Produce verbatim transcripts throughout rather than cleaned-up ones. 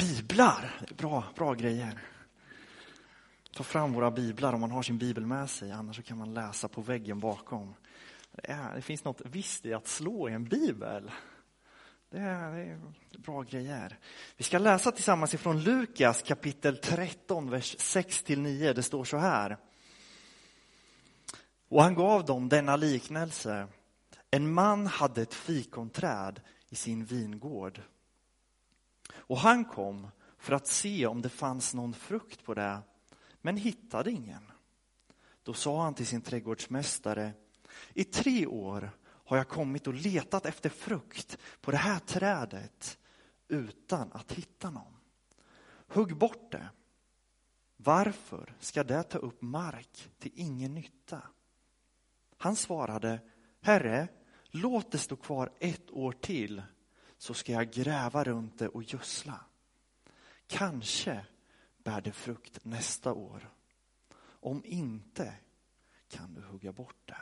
Biblar, bra, bra grejer. Ta fram våra biblar om man har sin bibel med sig, annars så kan man läsa på väggen bakom. Det, är, det finns något visst i att slå i en bibel. Det är, det är bra grejer. Vi ska läsa tillsammans ifrån Lukas kapitel tretton, vers sex till nio. Det står så här. Och han gav dem denna liknelse. En man hade ett fikonträd i sin vingård. Och han kom för att se om det fanns någon frukt på det, men hittade ingen. Då sa han till sin trädgårdsmästare: i tre år har jag kommit och letat efter frukt på det här trädet utan att hitta någon. Hugg bort det. Varför ska det ta upp mark till ingen nytta? Han svarade: Herre, låt det stå kvar ett år till, så ska jag gräva runt det och gödsla. Kanske bär det frukt nästa år. Om inte kan du hugga bort det.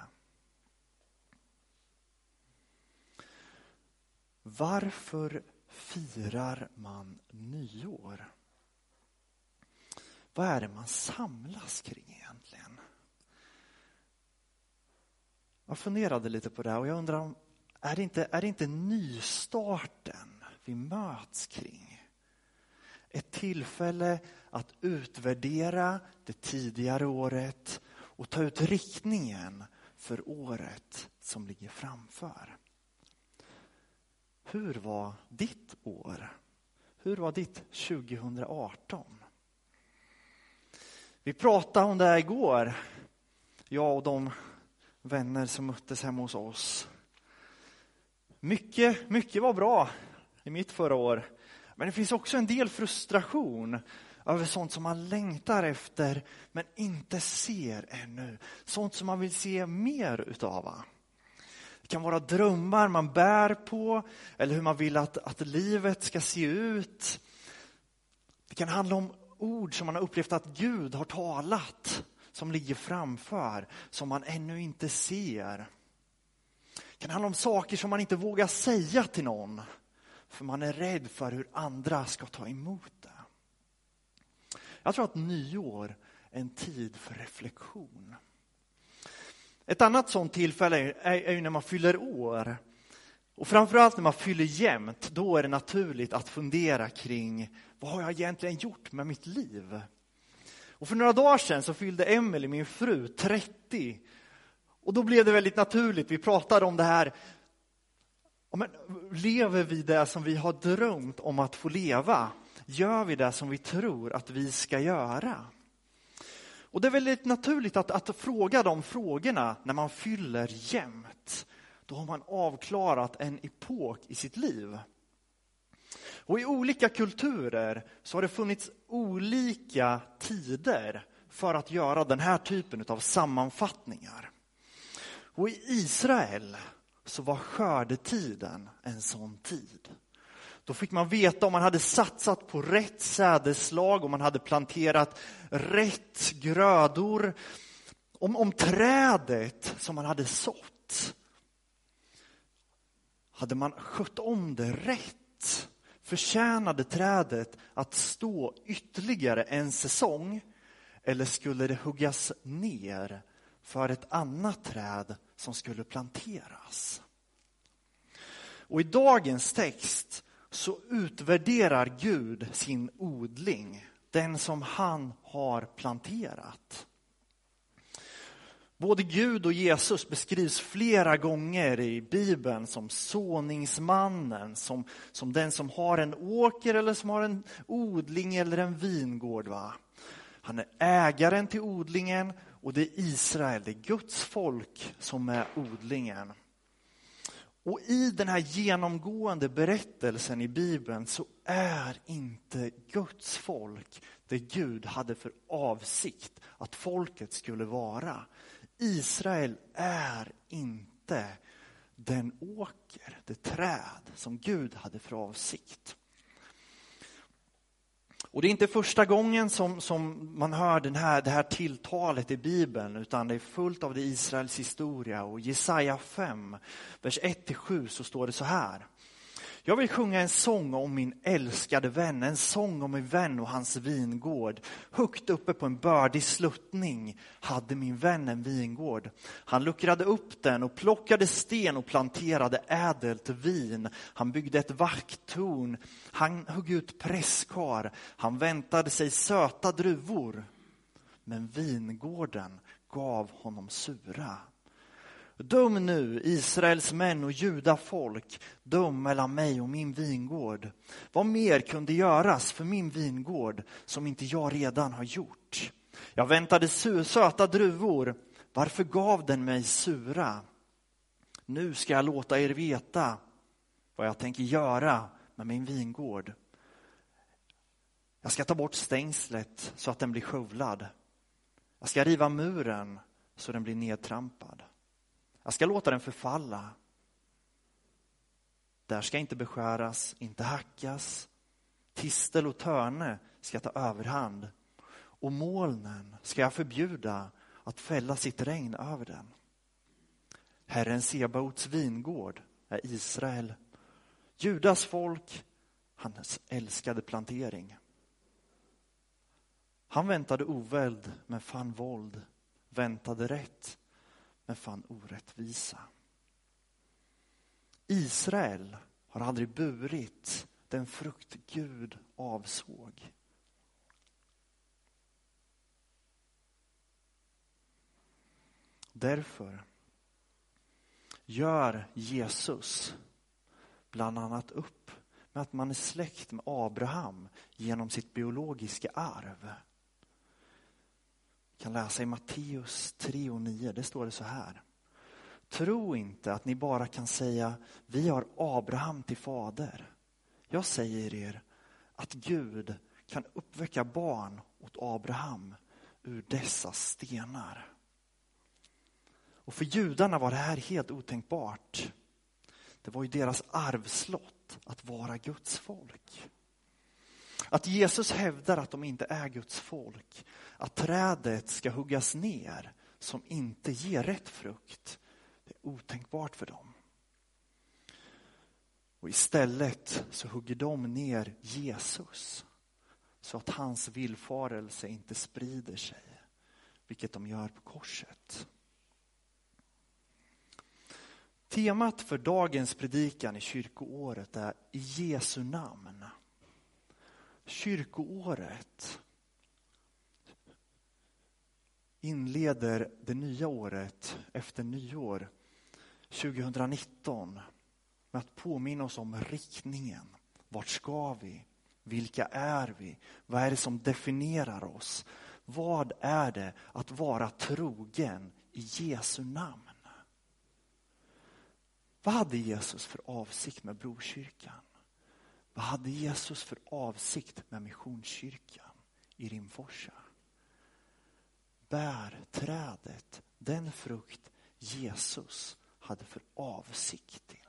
Varför firar man nyår? Vad är det man samlas kring egentligen? Jag funderade lite på det och jag undrar om är det inte, är det inte nystarten vi möts kring? Ett tillfälle att utvärdera det tidigare året och ta ut riktningen för året som ligger framför. Hur var ditt år? Hur var ditt tjugohundraarton? Vi pratade om det här igår. Jag och de vänner som möttes hemma hos oss. Mycket, mycket var bra i mitt förra år. Men det finns också en del frustration över sånt som man längtar efter men inte ser ännu. Sånt som man vill se mer utav. Det kan vara drömmar man bär på eller hur man vill att, att livet ska se ut. Det kan handla om ord som man har upplevt att Gud har talat, som ligger framför, som man ännu inte ser. Det kan handla om saker som man inte vågar säga till någon, för man är rädd för hur andra ska ta emot det. Jag tror att nyår är en tid för reflektion. Ett annat sånt tillfälle är, är ju när man fyller år. Och framförallt när man fyller jämnt, då är det naturligt att fundera kring vad har jag egentligen gjort med mitt liv? Och för några dagar sedan så fyllde Emelie, min fru, trettio. Och då blev det väldigt naturligt. Vi pratade om det här. Ja, men, lever vi det som vi har drömt om att få leva? Gör vi det som vi tror att vi ska göra? Och det är väldigt naturligt att, att fråga de frågorna när man fyller jämnt. Då har man avklarat en epok i sitt liv. Och i olika kulturer så har det funnits olika tider för att göra den här typen av sammanfattningar. Och i Israel så var skördetiden en sån tid. Då fick man veta om man hade satsat på rätt sädeslag, om man hade planterat rätt grödor, om, om trädet som man hade sått. Hade man skött om det rätt? Förtjänade trädet att stå ytterligare en säsong? Eller skulle det huggas ner för ett annat träd som skulle planteras? Och i dagens text så utvärderar Gud sin odling, den som han har planterat. Både Gud och Jesus beskrivs flera gånger i Bibeln som såningsmannen, som, som den som har en åker eller som har en odling eller en vingård. Va? Han är ägaren till odlingen och det är Israel, det är Guds folk som är odlingen. Och i den här genomgående berättelsen i Bibeln så är inte Guds folk det Gud hade för avsikt att folket skulle vara. Israel är inte den åker, det träd som Gud hade för avsikt. Och det är inte första gången som, som man hör den här, det här tilltalet i Bibeln, utan det är fullt av det Israels historia. Och Jesaja fem, vers ett till sju så står det så här. Jag vill sjunga en sång om min älskade vän, en sång om min vän och hans vingård. Högt uppe på en bördig sluttning hade min vän en vingård. Han luckrade upp den och plockade sten och planterade ädelt vin. Han byggde ett vakttorn, han högg ut presskar, han väntade sig söta druvor. Men vingården gav honom sura. Döm nu, Israels män och judafolk, döm mellan mig och min vingård. Vad mer kunde göras för min vingård som inte jag redan har gjort? Jag väntade söta druvor, varför gav den mig sura? Nu ska jag låta er veta vad jag tänker göra med min vingård. Jag ska ta bort stängslet så att den blir skövlad. Jag ska riva muren så den blir nedtrampad. Jag ska låta den förfalla. Där ska inte beskäras, inte hackas. Tistel och törne ska ta överhand. Och molnen ska jag förbjuda att fälla sitt regn över den. Herren Sebaots vingård är Israel. Judas folk, hans älskade plantering. Han väntade oväld men fann våld. Väntade rätt men fann orättvisa. Israel har aldrig burit den frukt Gud avsåg. Därför gör Jesus bland annat upp med att man är släkt med Abraham genom sitt biologiska arv. Vi kan läsa i Matteus tre och nio, det står det så här. Tro inte att ni bara kan säga, vi har Abraham till fader. Jag säger er att Gud kan uppväcka barn åt Abraham ur dessa stenar. Och för judarna var det här helt otänkbart. Det var ju deras arvslott att vara Guds folk. Att Jesus hävdar att de inte är Guds folk, att trädet ska huggas ner som inte ger rätt frukt, det är otänkbart för dem. Och istället så hugger de ner Jesus så att hans villfarelse inte sprider sig, vilket de gör på korset. Temat för dagens predikan i kyrkoåret är i Jesu namn. Kyrkoåret inleder det nya året efter nyår tjugonitton med att påminna oss om riktningen. Vart ska vi? Vilka är vi? Vad är det som definierar oss? Vad är det att vara trogen i Jesu namn? Vad hade Jesus för avsikt med Brokyrkan? Vad hade Jesus för avsikt med Missionskyrkan i Rimforsa? Bär trädet den frukt Jesus hade för avsikt till.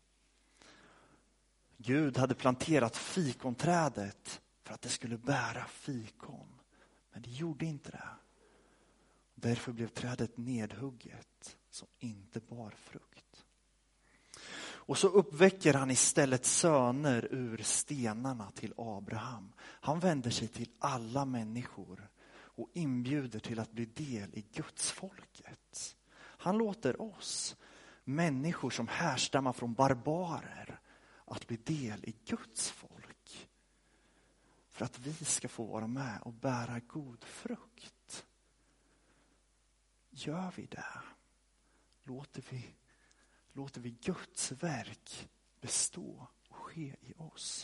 Gud hade planterat fikonträdet för att det skulle bära fikon. Men det gjorde inte det. Därför blev trädet nedhugget som inte bar frukt. Och så uppväcker han istället söner ur stenarna till Abraham. Han vänder sig till alla människor och inbjuder till att bli del i Guds folket. Han låter oss, människor som härstammar från barbarer, att bli del i Guds folk. För att vi ska få vara med och bära god frukt. Gör vi det? Låter vi Låter vi Guds verk bestå och ske i oss?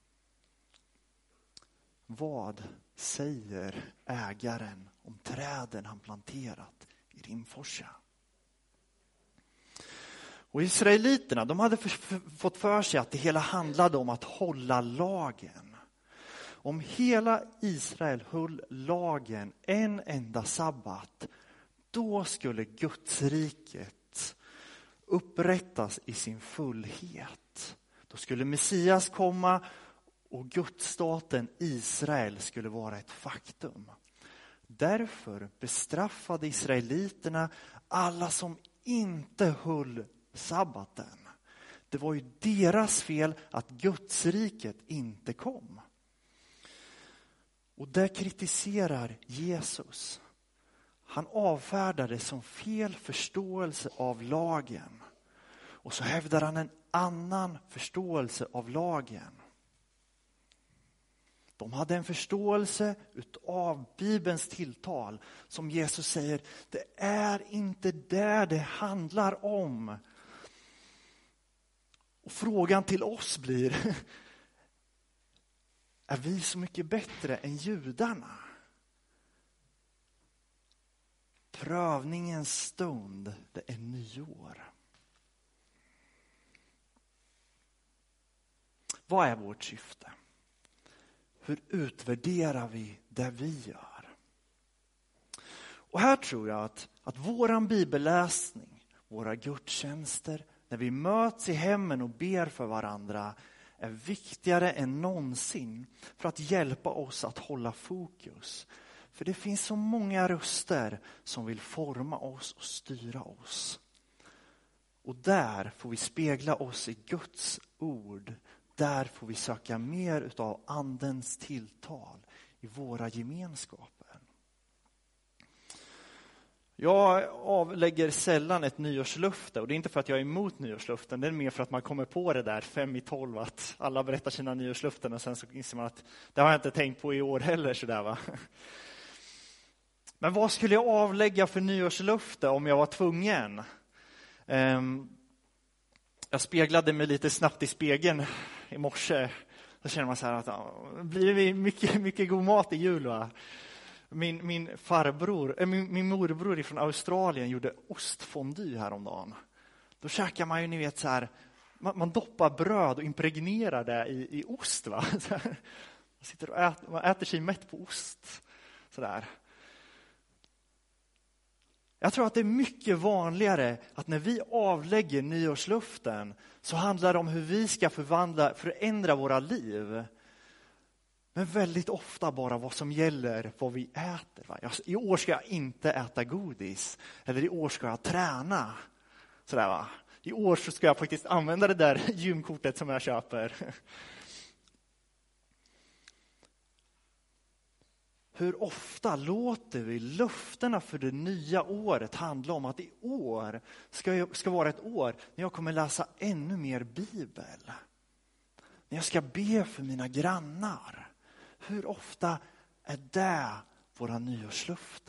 Vad säger ägaren om träden han planterat i Rimforsa? Och israeliterna, de hade fått för sig att det hela handlade om att hålla lagen. Om hela Israel höll lagen en enda sabbat, då skulle Guds riket upprättas i sin fullhet. Då skulle Messias komma och Gudsstaten Israel skulle vara ett faktum. Därför bestraffade israeliterna alla som inte höll sabbaten. Det var ju deras fel att Gudsriket inte kom. Och det kritiserar Jesus. Han avfärdar det som fel förståelse av lagen. Och så hävdar han en annan förståelse av lagen. De hade en förståelse utav Bibelns tilltal som Jesus säger, det är inte det det handlar om. Och frågan till oss blir, är vi så mycket bättre än judarna? Prövningens stund, det är nyår. Vad är vårt syfte? Hur utvärderar vi det vi gör? Och här tror jag att, att våran bibelläsning, våra gudstjänster, när vi möts i hemmen och ber för varandra, är viktigare än någonsin för att hjälpa oss att hålla fokus. För det finns så många röster som vill forma oss och styra oss. Och där får vi spegla oss i Guds ord. Där får vi söka mer utav andens tilltal i våra gemenskaper. Jag avlägger sällan ett nyårslöfte, och det är inte för att jag är emot nyårslöften, det är mer för att man kommer på det där fem i tolv att alla berättar sina nyårslöften och sen så inser man att det har jag inte tänkt på i år heller sådär va. Men vad skulle jag avlägga för nyårslöfte om jag var tvungen? Um, jag speglade mig lite snabbt i spegeln i morse. Då känner man så här att ja, blir det mycket, mycket god mat i jul va? Min, min farbror, äh, min, min morbror från Australien gjorde ostfondue häromdagen. Då käkar man ju, ni vet så här, man, man doppar bröd och impregnerar det i, i ost va. Så här, man sitter och äter, man äter sig mätt på ost. Så där. Jag tror att det är mycket vanligare att när vi avlägger nyårslöften så handlar det om hur vi ska förvandla, förändra våra liv. Men väldigt ofta bara vad som gäller vad vi äter. Va? I år ska jag inte äta godis. Eller i år ska jag träna. Sådär, va? I år så ska jag faktiskt använda det där gymkortet som jag köper. Hur ofta låter vi löftena för det nya året handla om att i år ska, jag, ska vara ett år när jag kommer läsa ännu mer Bibel. När jag ska be för mina grannar. Hur ofta är det våra nyårslöften?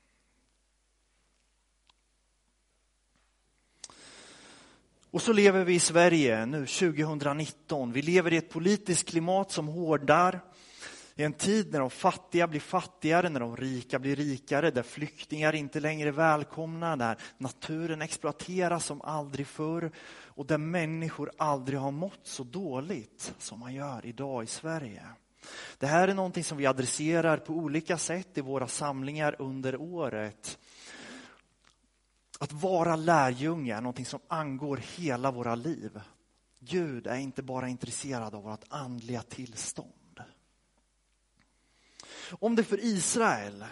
Och så lever vi i Sverige nu tjugonitton. Vi lever i ett politiskt klimat som hårdar. I en tid när de fattiga blir fattigare, när de rika blir rikare, där flyktingar inte längre är välkomna, där naturen exploateras som aldrig förr och där människor aldrig har mått så dåligt som man gör idag i Sverige. Det här är någonting som vi adresserar på olika sätt i våra samlingar under året. Att vara lärjunge är någonting som angår hela våra liv. Gud är inte bara intresserad av vårt andliga tillstånd. Om det för Israel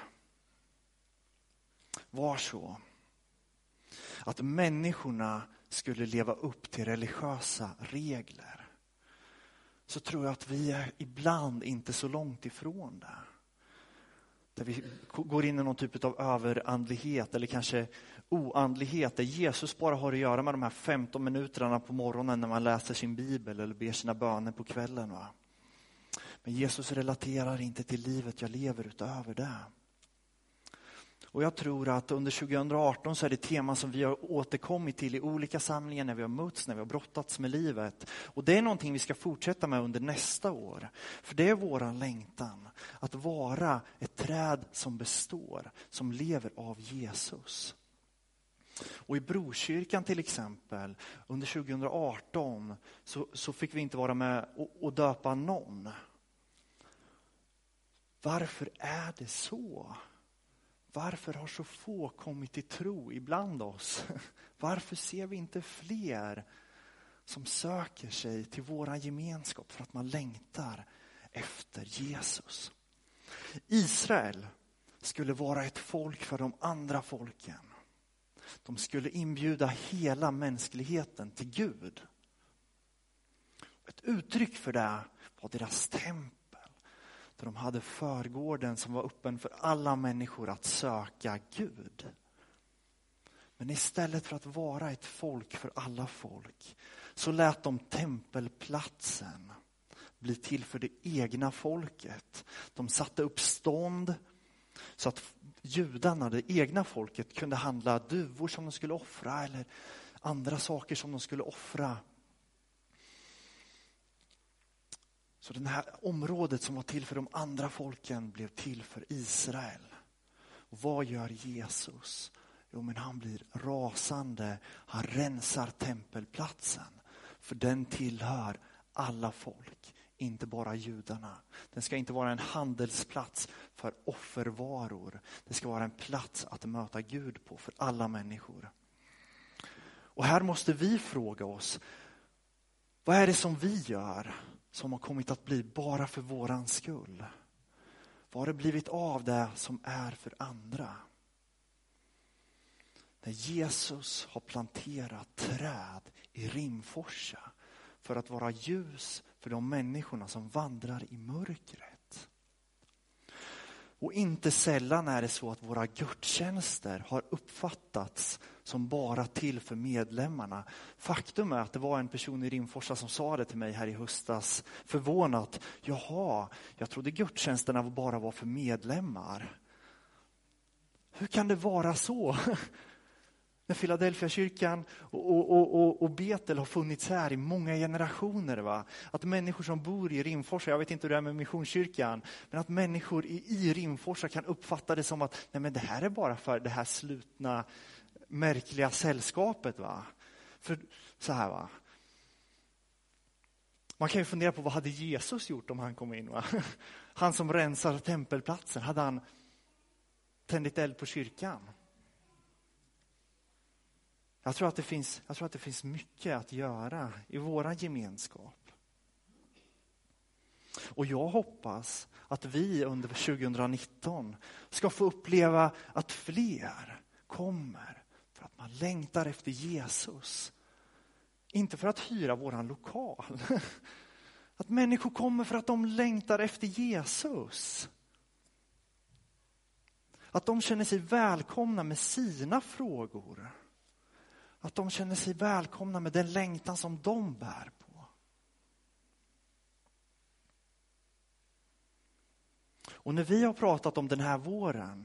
var så att människorna skulle leva upp till religiösa regler, så tror jag att vi är ibland inte så långt ifrån det. Där vi går in i någon typ av överandlighet eller kanske oandlighet, där Jesus bara har att göra med de här femton minuterna på morgonen när man läser sin bibel eller ber sina böner på kvällen. Va? Men Jesus relaterar inte till livet jag lever utöver det. Och jag tror att under tjugoarton så är det tema som vi har återkommit till i olika samlingar när vi har mötts, när vi har brottats med livet. Och det är någonting vi ska fortsätta med under nästa år. För det är våran längtan att vara ett träd som består, som lever av Jesus. Och i Brokyrkan till exempel, under tjugoarton så, så fick vi inte vara med och, och döpa någon. Varför är det så? Varför har så få kommit till tro ibland oss? Varför ser vi inte fler som söker sig till våran gemenskap för att man längtar efter Jesus? Israel skulle vara ett folk för de andra folken. De skulle inbjuda hela mänskligheten till Gud. uttryck för det var deras tempel. Där de hade förgården som var öppen för alla människor att söka Gud. Men istället för att vara ett folk för alla folk så lät de tempelplatsen bli till för det egna folket. De satte upp stånd så att judarna, det egna folket, kunde handla duvor som de skulle offra eller andra saker som de skulle offra. Så det här området som var till för de andra folken blev till för Israel. Och vad gör Jesus? Jo, men han blir rasande. Han rensar tempelplatsen. För den tillhör alla folk, inte bara judarna. Den ska inte vara en handelsplats för offervaror. Det ska vara en plats att möta Gud på för alla människor. Och här måste vi fråga oss, vad är det som vi gör som har kommit att bli bara för våran skull? Vad har det blivit av det som är för andra? När Jesus har planterat träd i Rimforsa för att vara ljus för de människorna som vandrar i mörkret. Och inte sällan är det så att våra gudstjänster har uppfattats som bara till för medlemmarna. Faktum är att det var en person i Rimforsa som sa det till mig här i höstas förvånat. Jaha, jag trodde gudstjänsterna bara var för medlemmar. Hur kan det vara så? När Philadelphia-kyrkan och, och, och, och Betel har funnits här i många generationer. Va? Att människor som bor i Rimforsa, jag vet inte hur det är med missionskyrkan, men att människor i, i Rimforsa kan uppfatta det som att nej, men det här är bara för det här slutna, märkliga sällskapet. Va? För så här va. Man kan ju fundera på vad hade Jesus gjort om han kom in. Va? Han som rensar tempelplatsen, hade han tändit eld på kyrkan? Jag tror att det finns, jag tror att det finns mycket att göra i våra gemenskap. Och jag hoppas att vi under tjugonitton ska få uppleva att fler kommer för att man längtar efter Jesus. Inte för att hyra våran lokal. Att människor kommer för att de längtar efter Jesus. Att de känner sig välkomna med sina frågor. Att de känner sig välkomna med den längtan som de bär på. Och när vi har pratat om den här våren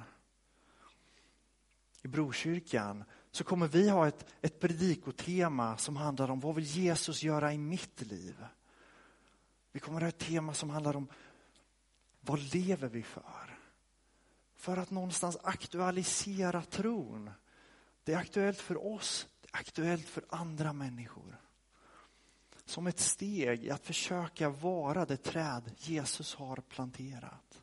i Brokyrkan så kommer vi ha ett, ett predikotema som handlar om vad vill Jesus göra i mitt liv. Vi kommer ha ett tema som handlar om vad lever vi för? För att någonstans aktualisera tron. Det är aktuellt för oss, det är aktuellt för andra människor. Som ett steg i att försöka vara det träd Jesus har planterat.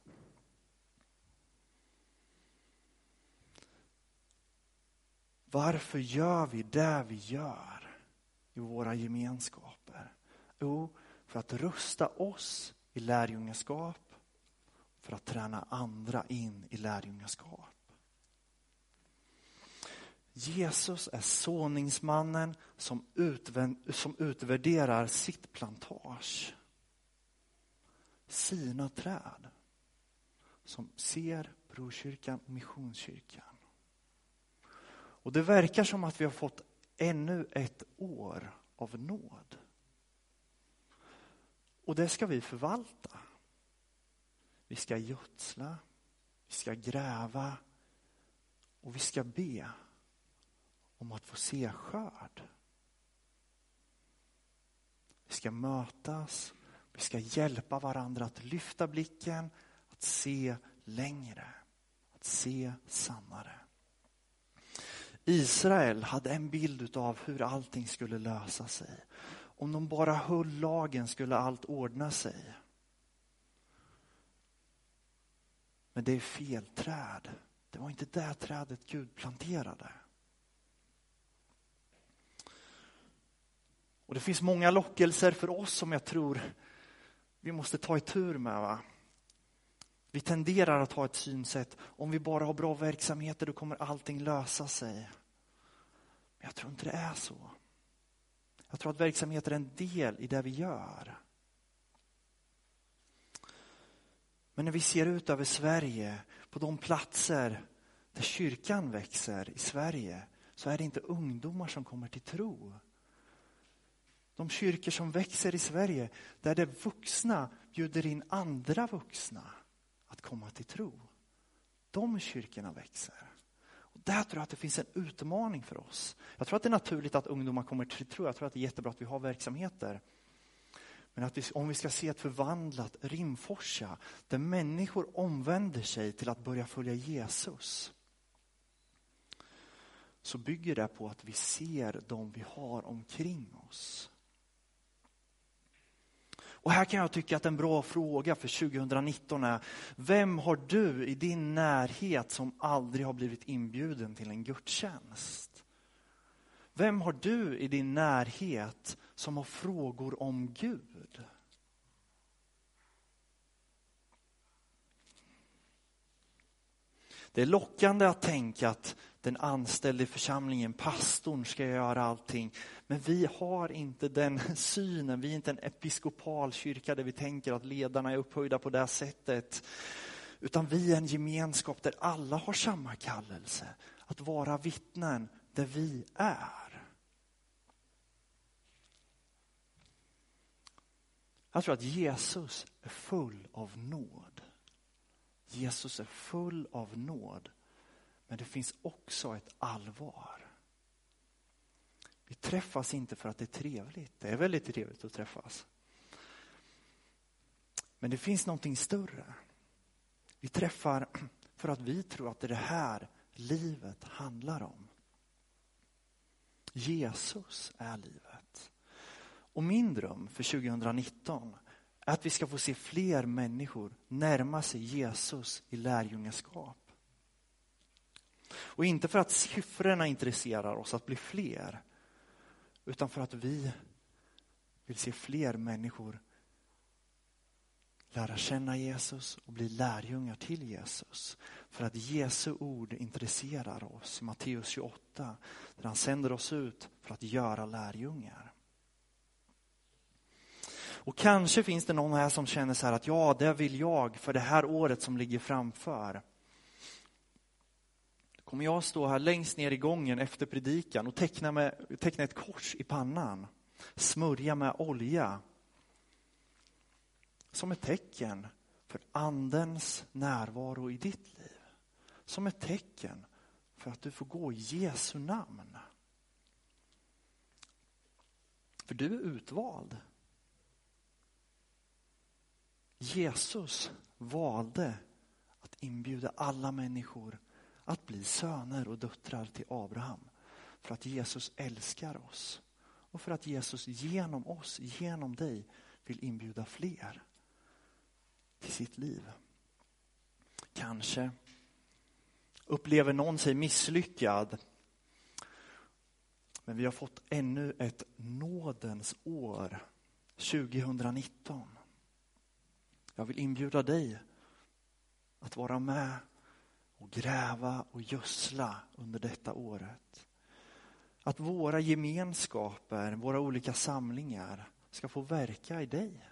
Varför gör vi det vi gör i våra gemenskaper? Jo, för att rusta oss i lärjungaskap, för att träna andra in i lärjungaskap. Jesus är såningsmannen som, utvänd, som utvärderar sitt plantage. Sina träd. Som ser Brokyrkan och Missionskyrkan. Och det verkar som att vi har fått ännu ett år av nåd. Och det ska vi förvalta. Vi ska gödsla, vi ska gräva och vi ska be om att få se skörd. Vi ska mötas, vi ska hjälpa varandra att lyfta blicken, att se längre, att se sannare. Israel hade en bild av hur allting skulle lösa sig. Om de bara höll lagen skulle allt ordna sig. Men det är fel träd. Det var inte det trädet Gud planterade. Och det finns många lockelser för oss som jag tror vi måste ta i tur med. Va? Vi tenderar att ha ett synsätt. Om vi bara har bra verksamheter då kommer allting lösa sig. Men jag tror inte det är så. Jag tror att verksamheter är en del i det vi gör. Men när vi ser ut över Sverige, på de platser där kyrkan växer i Sverige, så är det inte ungdomar som kommer till tro. De kyrkor som växer i Sverige, där det vuxna bjuder in andra vuxna att komma till tro. De kyrkorna växer. Och där tror jag att det finns en utmaning för oss. Jag tror att det är naturligt att ungdomar kommer till tro. Jag tror att det är jättebra att vi har verksamheter. Men att vi, om vi ska se ett förvandlat Rimforsa, där människor omvänder sig till att börja följa Jesus, så bygger det på att vi ser dem vi har omkring oss. Och här kan jag tycka att en bra fråga för tjugonitton är: vem har du i din närhet som aldrig har blivit inbjuden till en gudstjänst? Vem har du i din närhet som har frågor om Gud? Det är lockande att tänka att den anställde i församlingen, pastorn, ska göra allting. Men vi har inte den synen. Vi är inte en episkopal kyrka där vi tänker att ledarna är upphöjda på det här sättet. Utan vi är en gemenskap där alla har samma kallelse. Att vara vittnen där vi är. Jag tror att Jesus är full av nåd. Jesus är full av nåd. Men det finns också ett allvar. Vi träffas inte för att det är trevligt. Det är väldigt trevligt att träffas. Men det finns någonting större. Vi träffar för att vi tror att det är det här livet handlar om. Jesus är livet. Och min dröm för tjugonitton är att vi ska få se fler människor närma sig Jesus i lärjungaskap. Och inte för att siffrorna intresserar oss att bli fler, utan för att vi vill se fler människor lära känna Jesus och bli lärjungar till Jesus. För att Jesu ord intresserar oss i Matteus tjugoåtta, där han sänder oss ut för att göra lärjungar. Och kanske finns det någon här som känner så här att ja, det vill jag för det här året som ligger framför. Kommer jag stå här längst ner i gången efter predikan och teckna, med, teckna ett kors i pannan. Smörja med olja. Som ett tecken för andens närvaro i ditt liv. Som ett tecken för att du får gå i Jesu namn. För du är utvald. Jesus valde att inbjuda alla människor att bli söner och döttrar till Abraham. För att Jesus älskar oss. Och för att Jesus genom oss, genom dig, vill inbjuda fler till sitt liv. Kanske upplever någon sig misslyckad. Men vi har fått ännu ett nådens år, tjugonitton. Jag vill inbjuda dig att vara med och gräva och gödsla under detta året. Att våra gemenskaper, våra olika samlingar ska få verka i dig.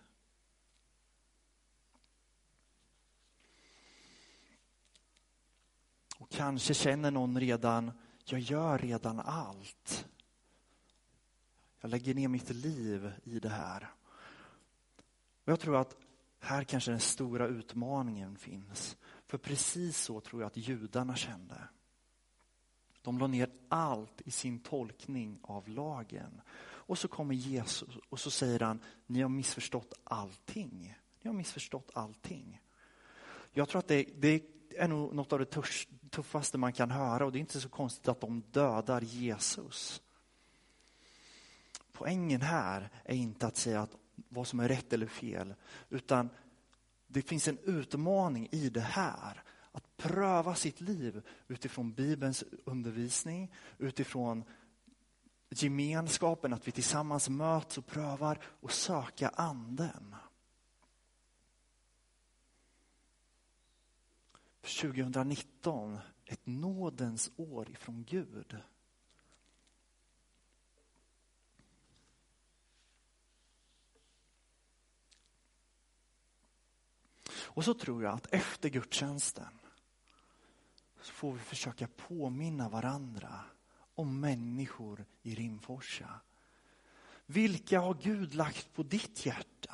Och kanske känner någon redan, jag gör redan allt. Jag lägger ner mitt liv i det här. Och jag tror att här kanske den stora utmaningen finns. För precis så tror jag att judarna kände. De la ner allt i sin tolkning av lagen. Och så kommer Jesus och så säger han, ni har missförstått allting. Ni har missförstått allting. Jag tror att det, det är nog något av det tuffaste man kan höra. Och det är inte så konstigt att de dödar Jesus. Poängen här är inte att säga att vad som är rätt eller fel. Utan det finns en utmaning i det här. Att pröva sitt liv utifrån Bibelns undervisning. Utifrån gemenskapen. Att vi tillsammans möts och prövar och söka anden. tjugonitton, ett nådens år ifrån Gud. Och så tror jag att efter gudstjänsten så får vi försöka påminna varandra om människor i Rimforsa. Vilka har Gud lagt på ditt hjärta?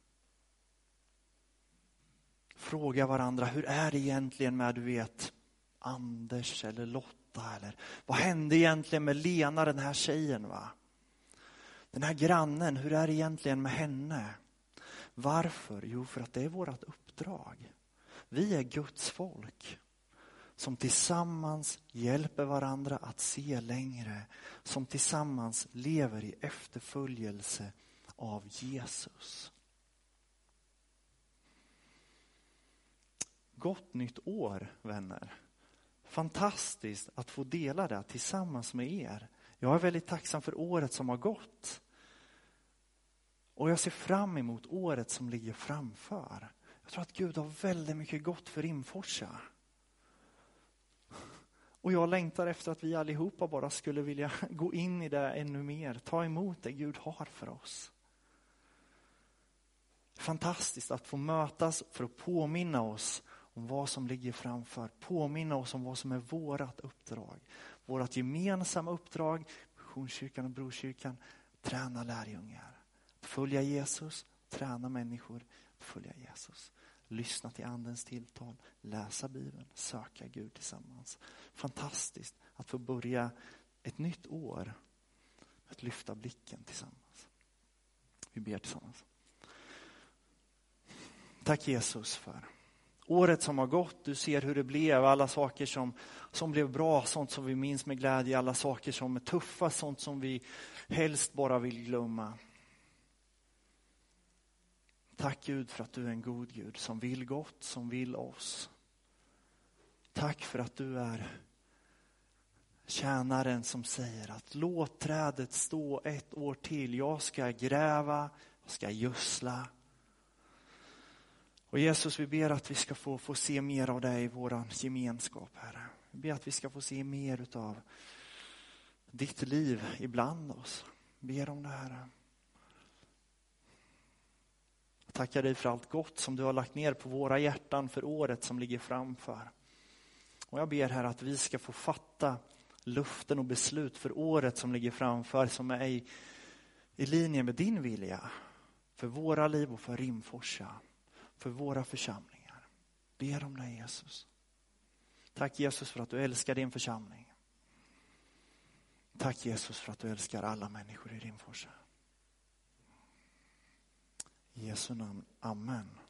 Fråga varandra, hur är det egentligen med, du vet, Anders eller Lotta? Eller vad hände egentligen med Lena, den här tjejen, va? Den här grannen, hur är det egentligen med henne? Varför? Jo, för att det är vårt uppdrag. Vi är Guds folk som tillsammans hjälper varandra att se längre. Som tillsammans lever i efterföljelse av Jesus. Gott nytt år, vänner. Fantastiskt att få dela det tillsammans med er. Jag är väldigt tacksam för året som har gått. Och jag ser fram emot året som ligger framför. Jag tror att Gud har väldigt mycket gott för Rimforsa. Och jag längtar efter att vi allihopa bara skulle vilja gå in i det ännu mer. Ta emot det Gud har för oss. Fantastiskt att få mötas för att påminna oss om vad som ligger framför. Påminna oss om vad som är vårat uppdrag. Vårat gemensamma uppdrag, Missionskyrkan och Brokyrkan, träna lärjungar. Följa Jesus, träna människor, följa Jesus. Lyssna till andens tilltal, läsa Bibeln, söka Gud tillsammans. Fantastiskt att få börja ett nytt år, att lyfta blicken tillsammans. Vi ber tillsammans. Tack Jesus för året som har gått. Du ser hur det blev, alla saker som, som blev bra, sånt som vi minns med glädje, alla saker som är tuffa, sånt som vi helst bara vill glömma. Tack Gud för att du är en god Gud som vill gott, som vill oss. Tack för att du är tjänaren som säger att låt trädet stå ett år till. Jag ska gräva, jag ska gödsla. Och Jesus, vi ber att vi ska få, få se mer av dig i vår gemenskap, Herre. Vi ber att vi ska få se mer av ditt liv ibland oss. Vi ber om det, Herre. Jag tackar dig för allt gott som du har lagt ner på våra hjärtan för året som ligger framför. Och jag ber här att vi ska få fatta luften och beslut för året som ligger framför, som är i, i linje med din vilja för våra liv och för Rimforsa, för våra församlingar. Ber om dig Jesus. Tack Jesus för att du älskar din församling. Tack Jesus för att du älskar alla människor i Rimforsa. I Jesu namn, amen.